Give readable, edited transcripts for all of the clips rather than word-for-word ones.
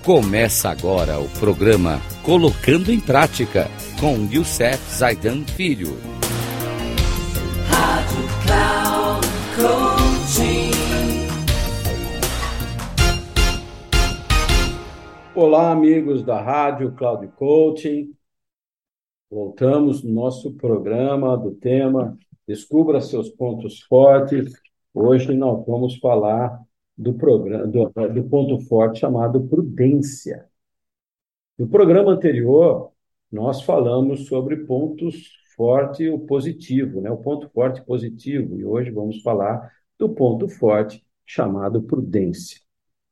Começa agora o programa Colocando em Prática, com Youssef Zaidan Filho. Rádio Cloud Coaching. Olá, amigos da Rádio Cloud Coaching. Voltamos no nosso programa do tema Descubra seus pontos fortes. Hoje nós vamos falar do ponto forte chamado prudência. No programa anterior, nós falamos sobre pontos forte e o positivo, né? O ponto forte positivo. E hoje vamos falar do ponto forte chamado prudência.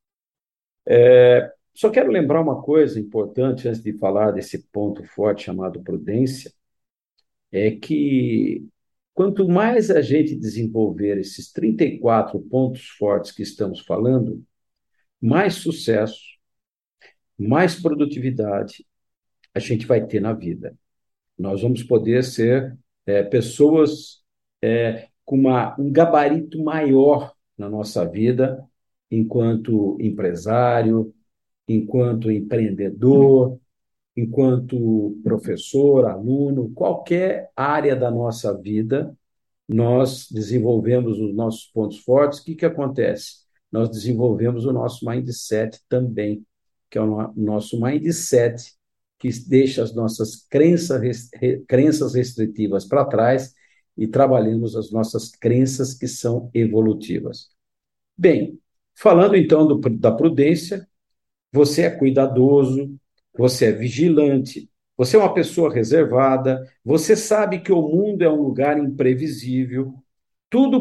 Só quero lembrar uma coisa importante antes de falar desse ponto forte chamado prudência, é que quanto mais a gente desenvolver esses 34 pontos fortes que estamos falando, mais sucesso, mais produtividade a gente vai ter na vida. Nós vamos poder ser pessoas com um gabarito maior na nossa vida, enquanto empresário, enquanto empreendedor, enquanto professor, aluno, qualquer área da nossa vida, nós desenvolvemos os nossos pontos fortes. O que acontece? Nós desenvolvemos o nosso mindset também, que é o nosso mindset que deixa as nossas crenças restritivas para trás e trabalhamos as nossas crenças que são evolutivas. Bem, falando então da prudência, você é cuidadoso, você é vigilante, você é uma pessoa reservada, você sabe que o mundo é um lugar imprevisível, tudo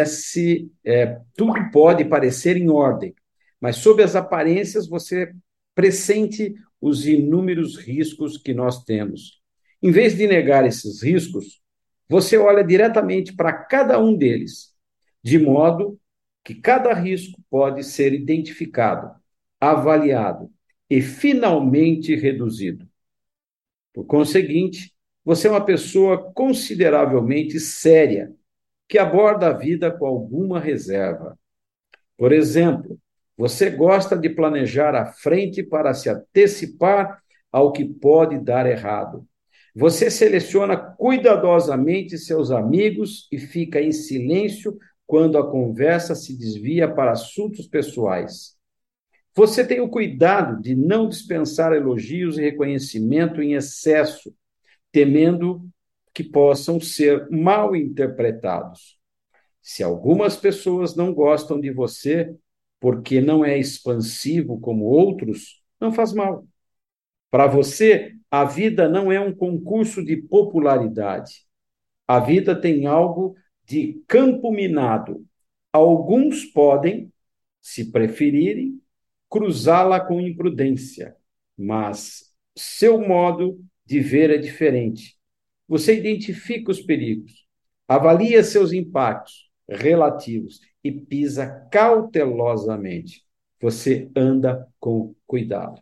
pode parecer em ordem, mas sob as aparências você pressente os inúmeros riscos que nós temos. Em vez de negar esses riscos, você olha diretamente para cada um deles, de modo que cada risco pode ser identificado, avaliado e finalmente reduzido. Por conseguinte, você é uma pessoa consideravelmente séria, que aborda a vida com alguma reserva. Por exemplo, você gosta de planejar à frente para se antecipar ao que pode dar errado. Você seleciona cuidadosamente seus amigos e fica em silêncio quando a conversa se desvia para assuntos pessoais. Você tem o cuidado de não dispensar elogios e reconhecimento em excesso, temendo que possam ser mal interpretados. Se algumas pessoas não gostam de você porque não é expansivo como outros, não faz mal. Para você, a vida não é um concurso de popularidade. A vida tem algo de campo minado. Alguns podem, se preferirem, cruzá-la com imprudência, mas seu modo de ver é diferente. Você identifica os perigos, avalia seus impactos relativos e pisa cautelosamente. Você anda com cuidado.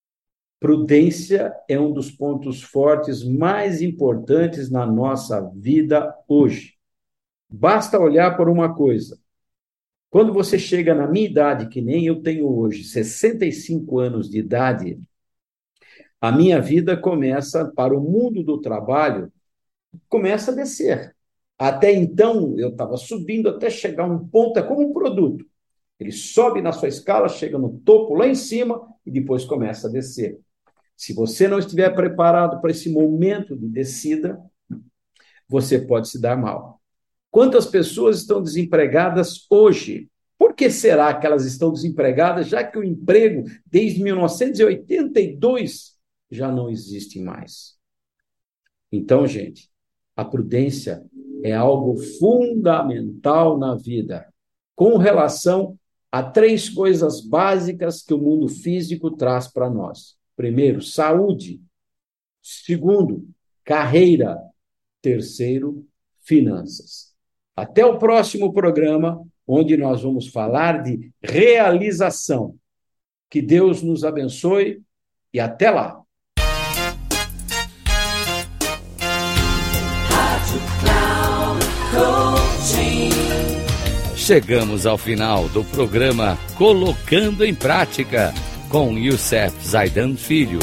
Prudência é um dos pontos fortes mais importantes na nossa vida hoje. Basta olhar por uma coisa. Quando você chega na minha idade, que nem eu tenho hoje, 65 anos de idade, a minha vida começa, para o mundo do trabalho, começa a descer. Até então, eu estava subindo até chegar a um ponto, é como um produto. Ele sobe na sua escala, chega no topo, lá em cima, e depois começa a descer. Se você não estiver preparado para esse momento de descida, você pode se dar mal. Quantas pessoas estão desempregadas hoje? Por que será que elas estão desempregadas, já que o emprego, desde 1982, já não existe mais? Então, gente, a prudência é algo fundamental na vida, com relação a 3 coisas básicas que o mundo físico traz para nós. Primeiro, saúde. Segundo, carreira. Terceiro, finanças. Até o próximo programa, onde nós vamos falar de realização. Que Deus nos abençoe e até lá. Chegamos ao final do programa Colocando em Prática, com Youssef Zaidan Filho.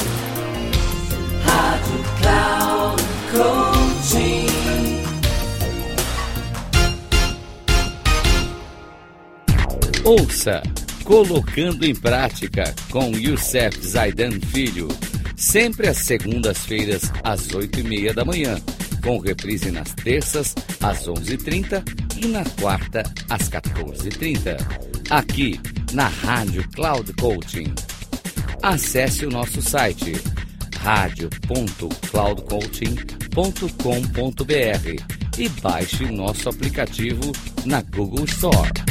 Rádio Cloud Coaching. Ouça Colocando em Prática com Youssef Zaidan Filho, sempre às segundas-feiras às 8h30 da manhã, com reprise nas terças às 11h30 e na quarta às 14h30, aqui na Rádio Cloud Coaching. Acesse o nosso site radio.cloudcoaching.com.br e baixe o nosso aplicativo na Google Store.